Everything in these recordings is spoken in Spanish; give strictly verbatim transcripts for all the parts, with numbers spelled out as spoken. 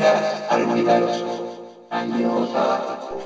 hola al universo, año sabático.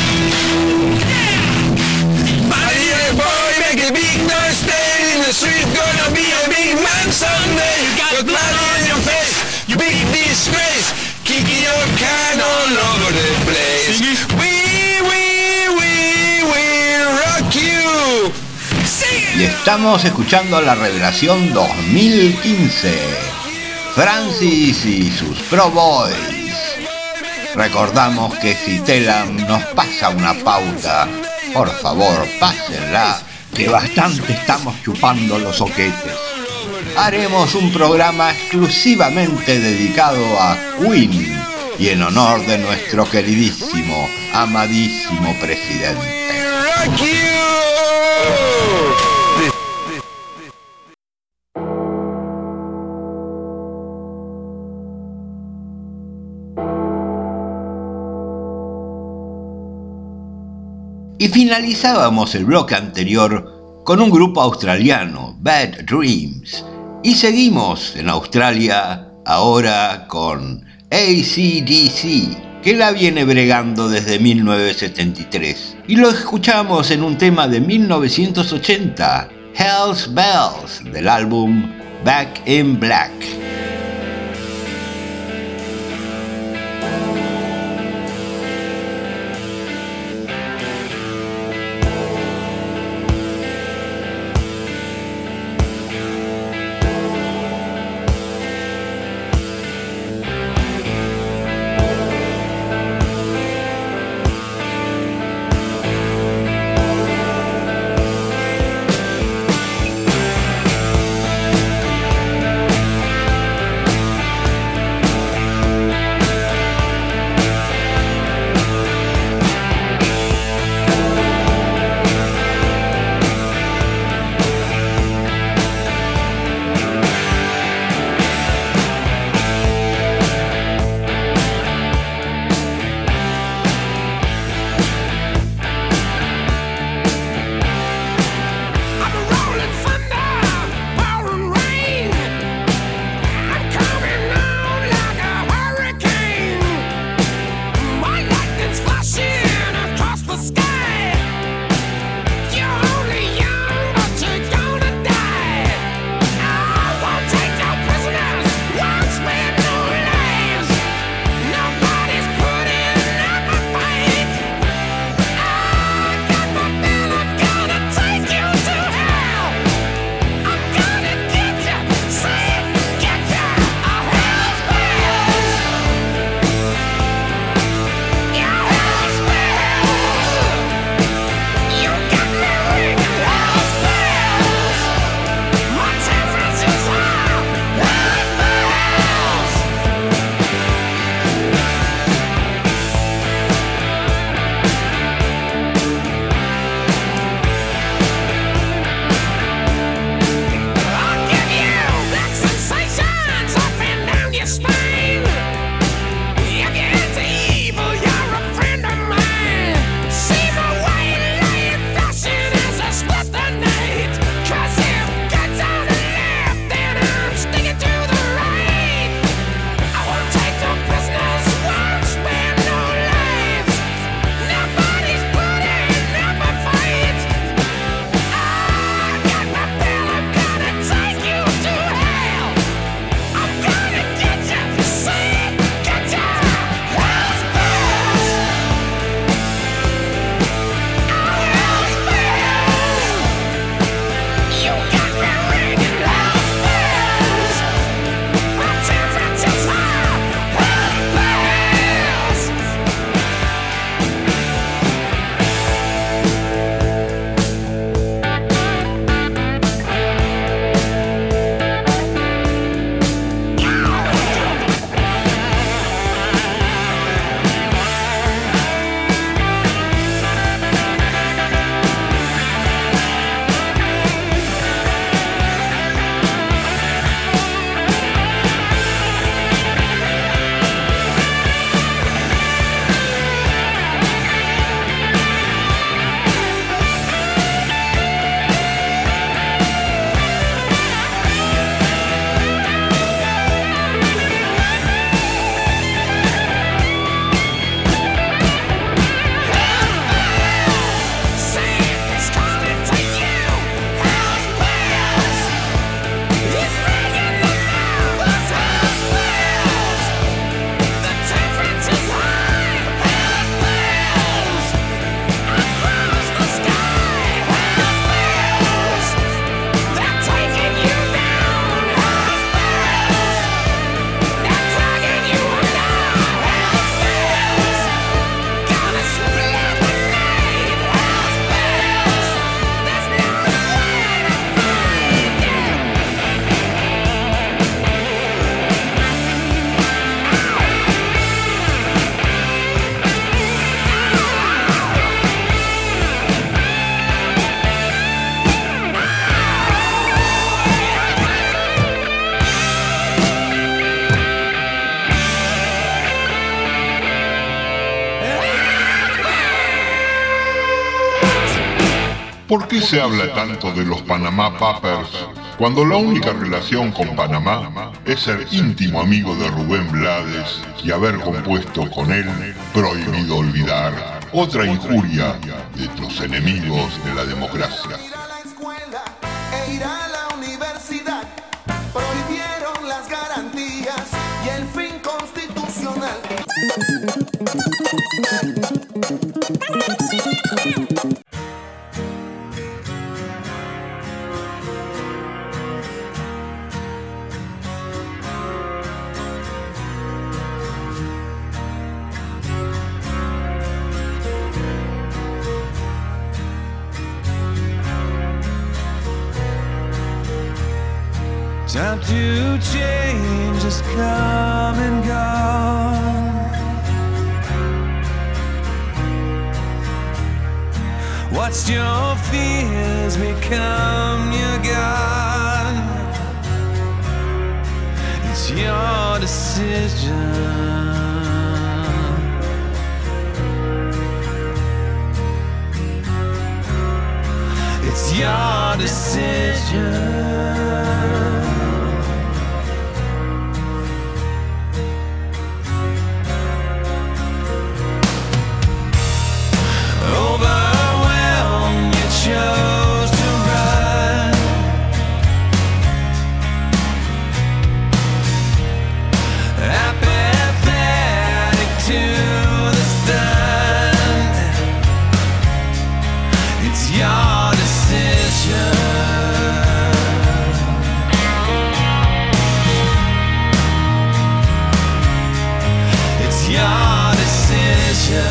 Y estamos escuchando la revelación dos mil quince, Francis y sus Pro Boys. Recordamos que si Telam nos pasa una pauta, por favor pásenla, que bastante estamos chupando los soquetes. Haremos un programa exclusivamente dedicado a Queen y en honor de nuestro queridísimo, amadísimo presidente. Y finalizábamos el bloque anterior con un grupo australiano, Bad Dreams, y seguimos en Australia ahora con A C D C, que la viene bregando desde mil novecientos setenta y tres, y lo escuchamos en un tema de mil novecientos ochenta, Hell's Bells, del álbum Back in Black. ¿Por qué se habla tanto de los Panama Papers cuando la única relación con Panamá es ser íntimo amigo de Rubén Blades y haber compuesto con él Prohibido Olvidar, otra injuria de tus enemigos de la democracia? Ir a la escuela e ir a la universidad, prohibieron las garantías y el fin constitucional. Time to change has come and gone. Watched your fears become your God. It's your decision. It's your decision. Overwhelmed, you chose to run. Apathetic to the stunned. It's your decision. It's your decision.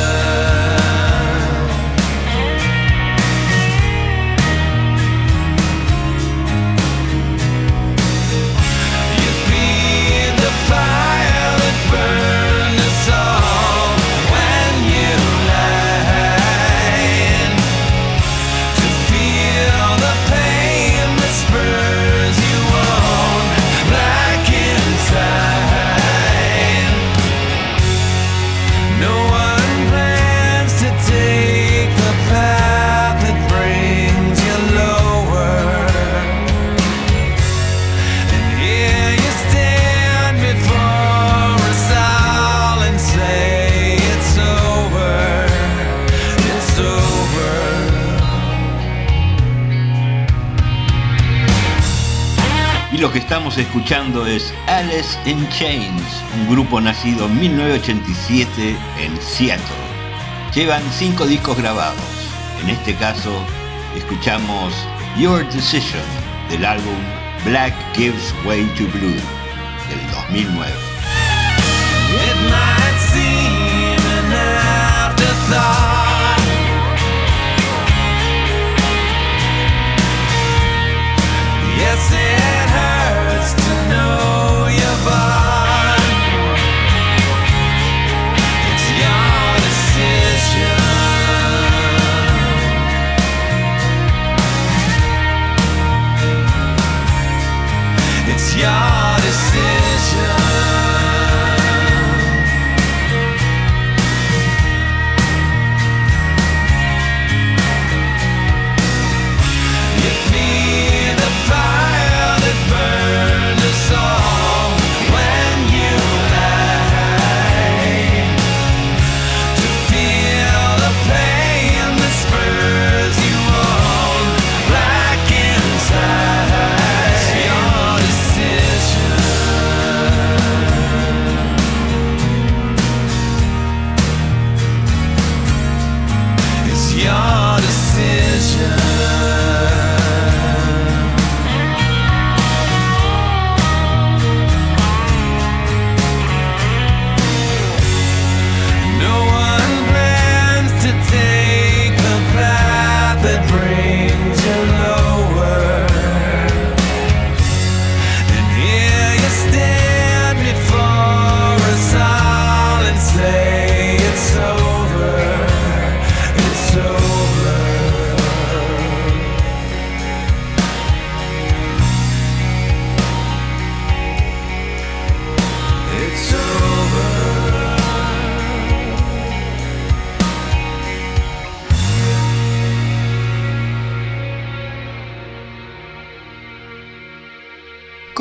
Lo que estamos escuchando es Alice in Chains, un grupo nacido en mil novecientos ochenta y siete en Seattle. Llevan cinco discos grabados. En este caso, escuchamos Your Decision del álbum Black Gives Way to Blue del dos mil nueve. It might seem an afterthought. Yes, it hurts to know you're bought. It's your decision. It's your decision.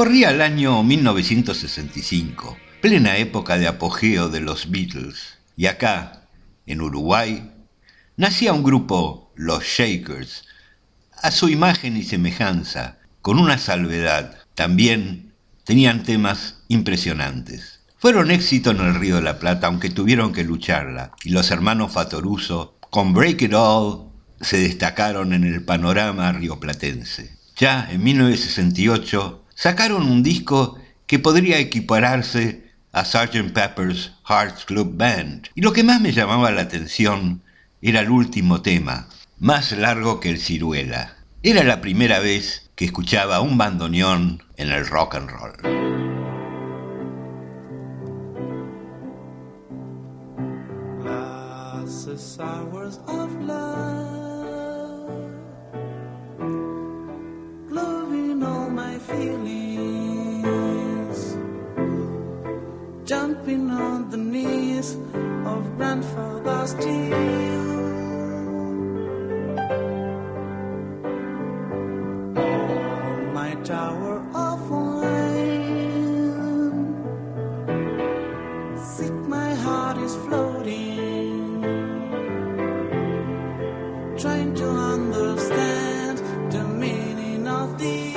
Corría el año mil novecientos sesenta y cinco, plena época de apogeo de los Beatles, y acá, en Uruguay, nacía un grupo, los Shakers, a su imagen y semejanza, con una salvedad. También tenían temas impresionantes. Fueron éxito en el Río de la Plata, aunque tuvieron que lucharla, y los hermanos Fatoruso, con Break It All, se destacaron en el panorama rioplatense. Ya en mil novecientos sesenta y ocho sacaron un disco que podría equipararse a sergeant Pepper's Hearts Club Band, y lo que más me llamaba la atención era el último tema, más largo que el ciruela. Era la primera vez que escuchaba un bandoneón en el rock and roll. Glasses, hours of love, glowing all my feelings, jumping on the knees of grandfather steel. On my tower of wine, sick my heart is floating, trying to understand the meaning of these.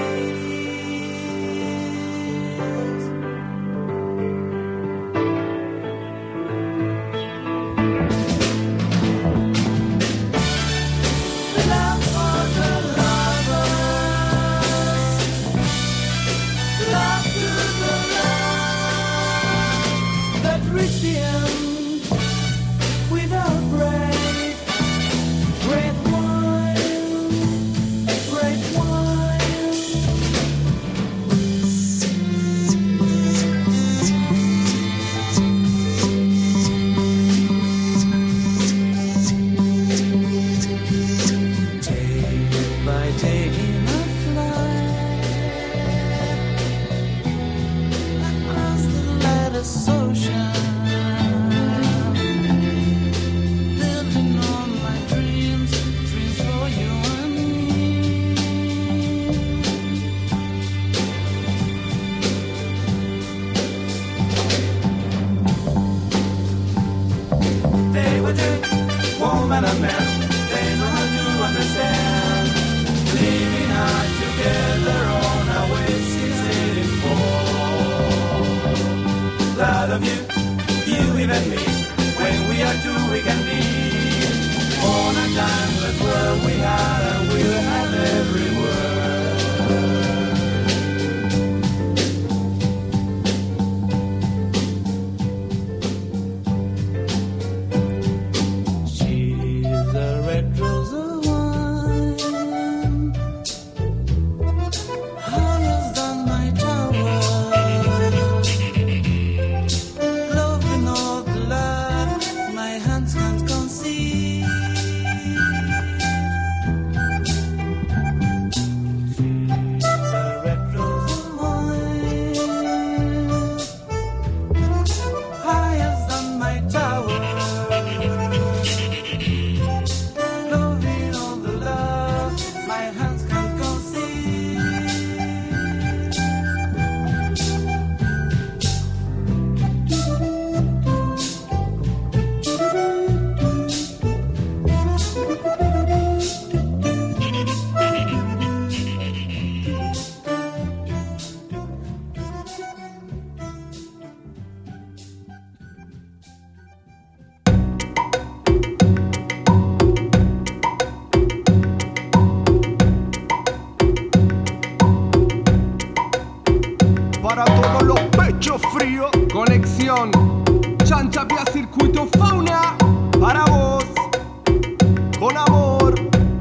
Love for the lovers, love to the love that reached the end without break. Great wine, great wine. Day by day in a flight across the lattice ocean, building on my dreams, dreams for you and me. They were two, woman and man. They know how to understand. Living out together on our way since eighty-four. Proud of you, you and me. When we are two, we can be. On a timeless world we had and we'll have every word. She's a red rose of wine, higher than my tower, loving all the love my hands can't conceive. She's a red rose of wine, higher than my tower, loving all the love my hands can't conceive. Para todos los pechos fríos, conexión Chancha vía circuito fauna. Para vos, con amor.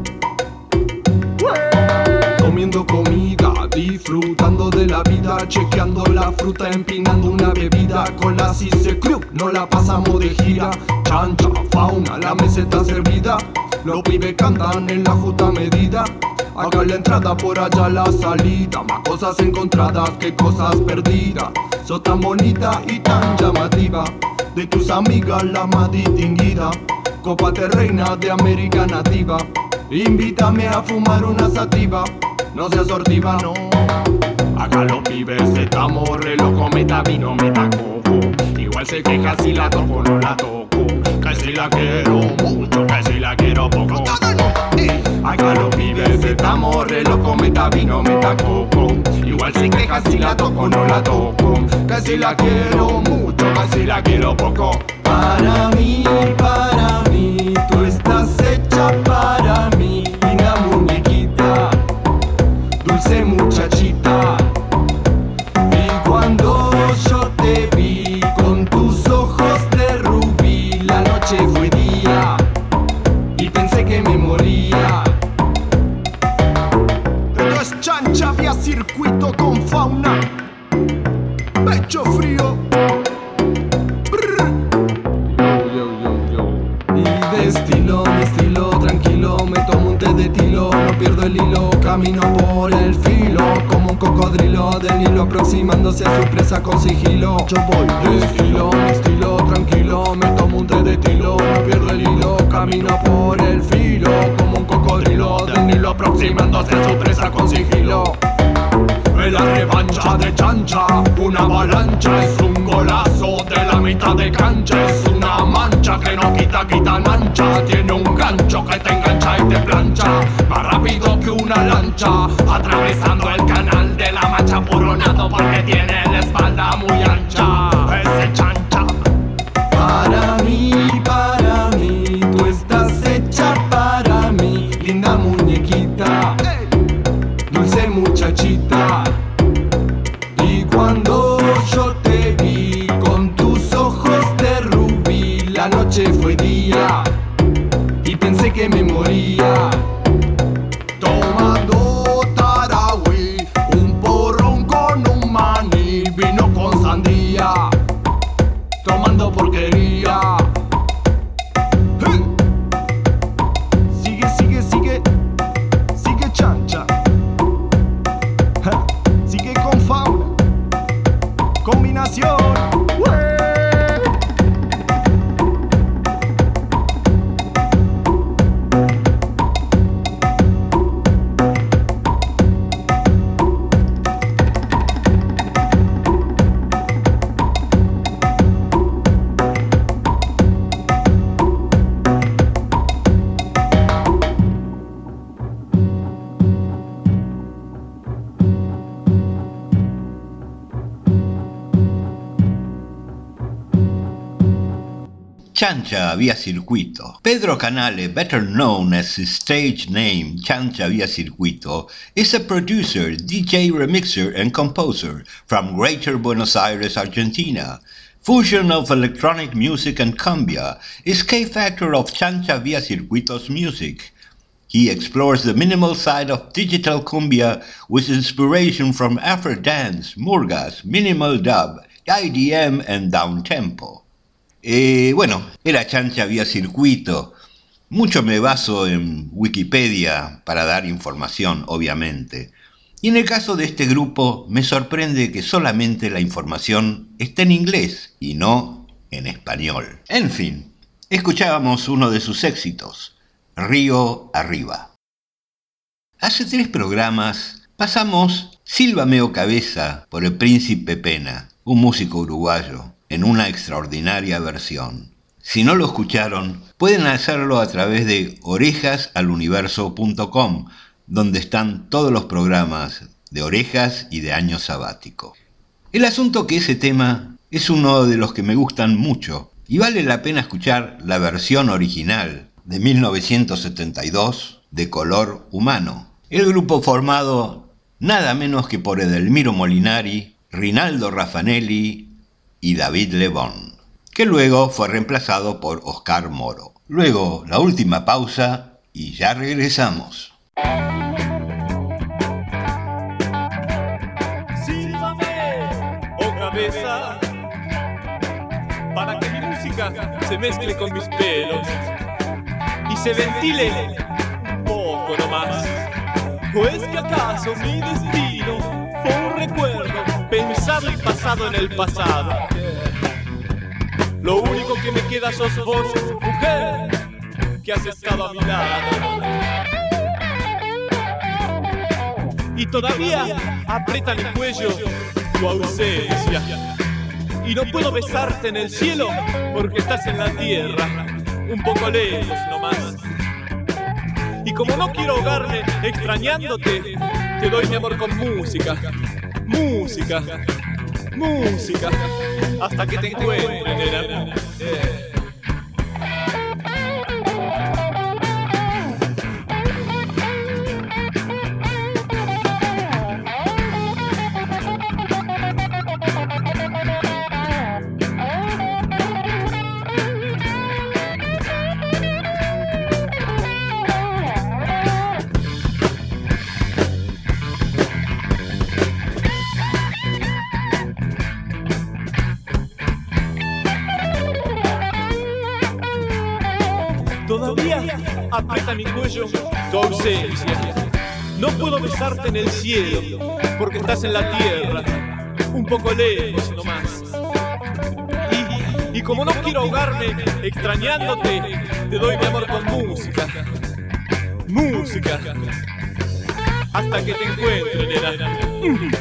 Comiendo comida, disfrutando de la vida, chequeando la fruta, empinando una bebida. Con la Cise Crew no la pasamos de gira. Chancha, fauna, la meseta servida. Los pibes cantan en la justa medida. Acá la entrada, por allá la salida. Más cosas encontradas que cosas perdidas. Sos tan bonita y tan llamativa. De tus amigas la más distinguida. Copa de reina de América nativa. Invítame a fumar una sativa. No seas sortiva, no. Acá los pibes estamos re locos, meta vino, meta coco. Igual se queja si la toco o no la toco. Que si la quiero mucho, que si la quiero poco. Acá los pibes estamos re locos, meta vino, meta coco. Igual se queja si la toco o no la toco. Que si la quiero mucho, que si la quiero poco. Para mí, para mí, tú estás hecha para mí. Linda muñequita, dulce muchachita. Y cuando yo te vi con tus ojos de rubí, la noche fue día y pensé que me moría. Esto es chancha vía circuito con fauna, pecho frío. Y de estilo, mi estilo, tranquilo, me tomo un té de tilo, no pierdo el hilo, camino por el filo, como un cocodrilo del Nilo aproximándose a su presa con sigilo. Yo voy de estilo, mi estilo, tranquilo, me tomo un té de tilo, no pierdo el hilo, camino por el filo, como un cocodrilo del Nilo aproximándose a su presa con sigilo. En la revancha de chancha, una avalancha es un golazo de la mitad de cancha. Es una mancha que no quita, quita mancha. Tiene un gancho que te engancha y te plancha, más rápido que una lancha, atravesando el canal de la Mancha, puronado porque tiene la espalda muy ancha. Ese chancha. Para mí, para mí, tú estás hecha para mí. Linda muñequita, dulce muchachita. Y cuando yo te vi con tus ojos de rubí, la noche fue día y pensé que me moría. Tomando tarahui, un porrón con un maní, vino con sandía, tomando porquería. ¡Hey! Sigue, sigue, sigue, sigue chancha. Ja, sigue con fauna, combinación. ¡Wey! Chancha vía circuito. Pedro Canale, better known as his stage name Chancha vía circuito, is a producer, D J, remixer, and composer from Greater Buenos Aires, Argentina. Fusion of electronic music and cumbia is key factor of Chancha vía circuito's music. He explores the minimal side of digital cumbia with inspiration from Afro dance, murgas, minimal dub, I D M, and downtempo. Eh, bueno, era Chancha vía circuito. Mucho me baso en Wikipedia para dar información, obviamente. Y en el caso de este grupo, me sorprende que solamente la información está en inglés y no en español. En fin, escuchábamos uno de sus éxitos, Río Arriba. Hace tres programas pasamos Sílvame o Cabeza por el Príncipe Pena, un músico uruguayo, en una extraordinaria versión. Si no lo escucharon, pueden hacerlo a través de orejas al universo punto com, donde están todos los programas de Orejas y de Año Sabático. El asunto que ese tema es uno de los que me gustan mucho, y vale la pena escuchar la versión original de mil novecientos setenta y dos de Color Humano, el grupo formado nada menos que por Edelmiro Molinari, Rinaldo Raffanelli y David Lebón, que luego fue reemplazado por Oscar Moro. Luego la última pausa y ya regresamos. Sílvame, oh cabeza, para que mi música se mezcle con mis pelos y se ventile un poco nomás. ¿O es que acaso mi destino fue un recuerdo pensado y pasado en el pasado? Lo único que me queda sos vos, mujer, que has estado a mi lado. y todavía aprieta mi cuello tu ausencia. Y no puedo besarte en el cielo porque estás en la tierra, un poco lejos nomás. Y como no quiero ahogarme extrañándote, te doy mi amor con música, música, música, hasta que te encuentre, nena. Eh. Todavía aprieta mi cuello tu ausencia. No puedo besarte en el cielo porque estás en la tierra, un poco lejos nomás. Y, y como no quiero ahogarme extrañándote, te doy mi amor con música, música, hasta que te encuentre, nena.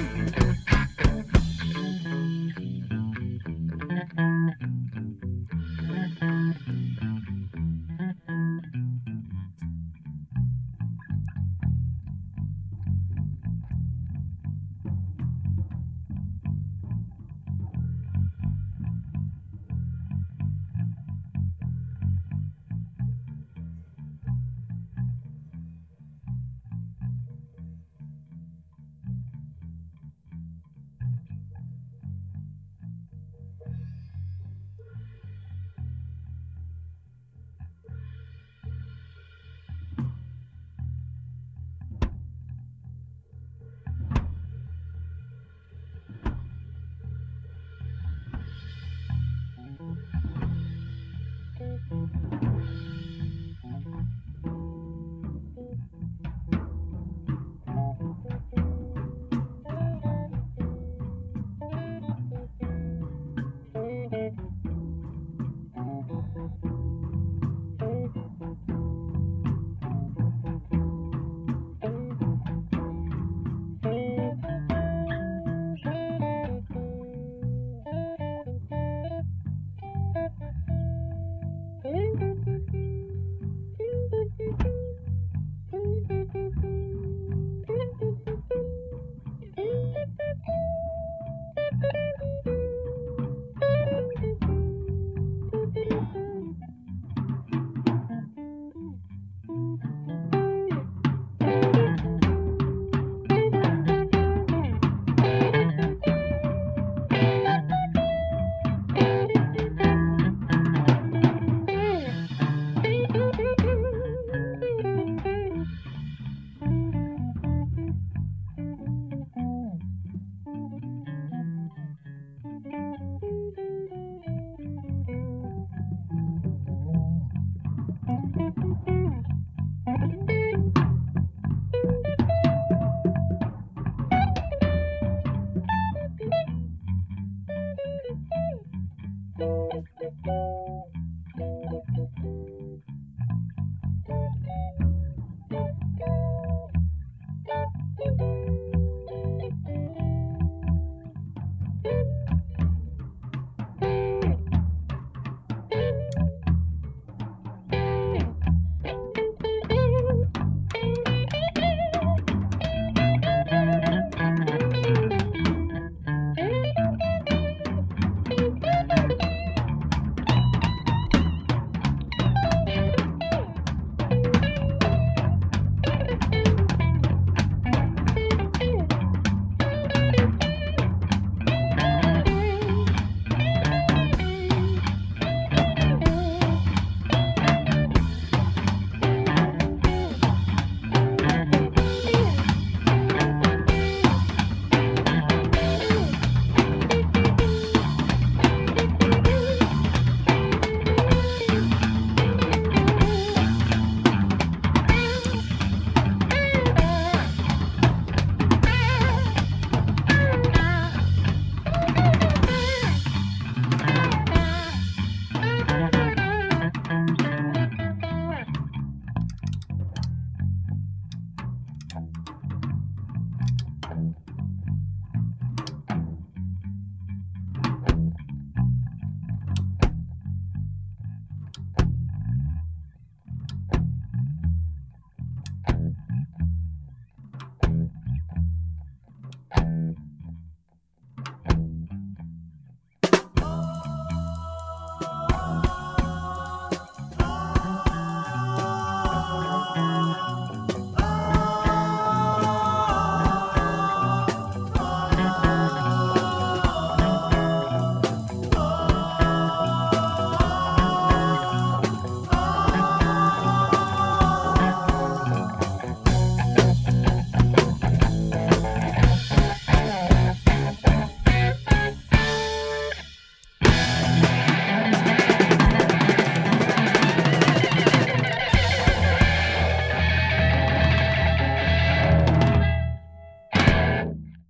Thank you.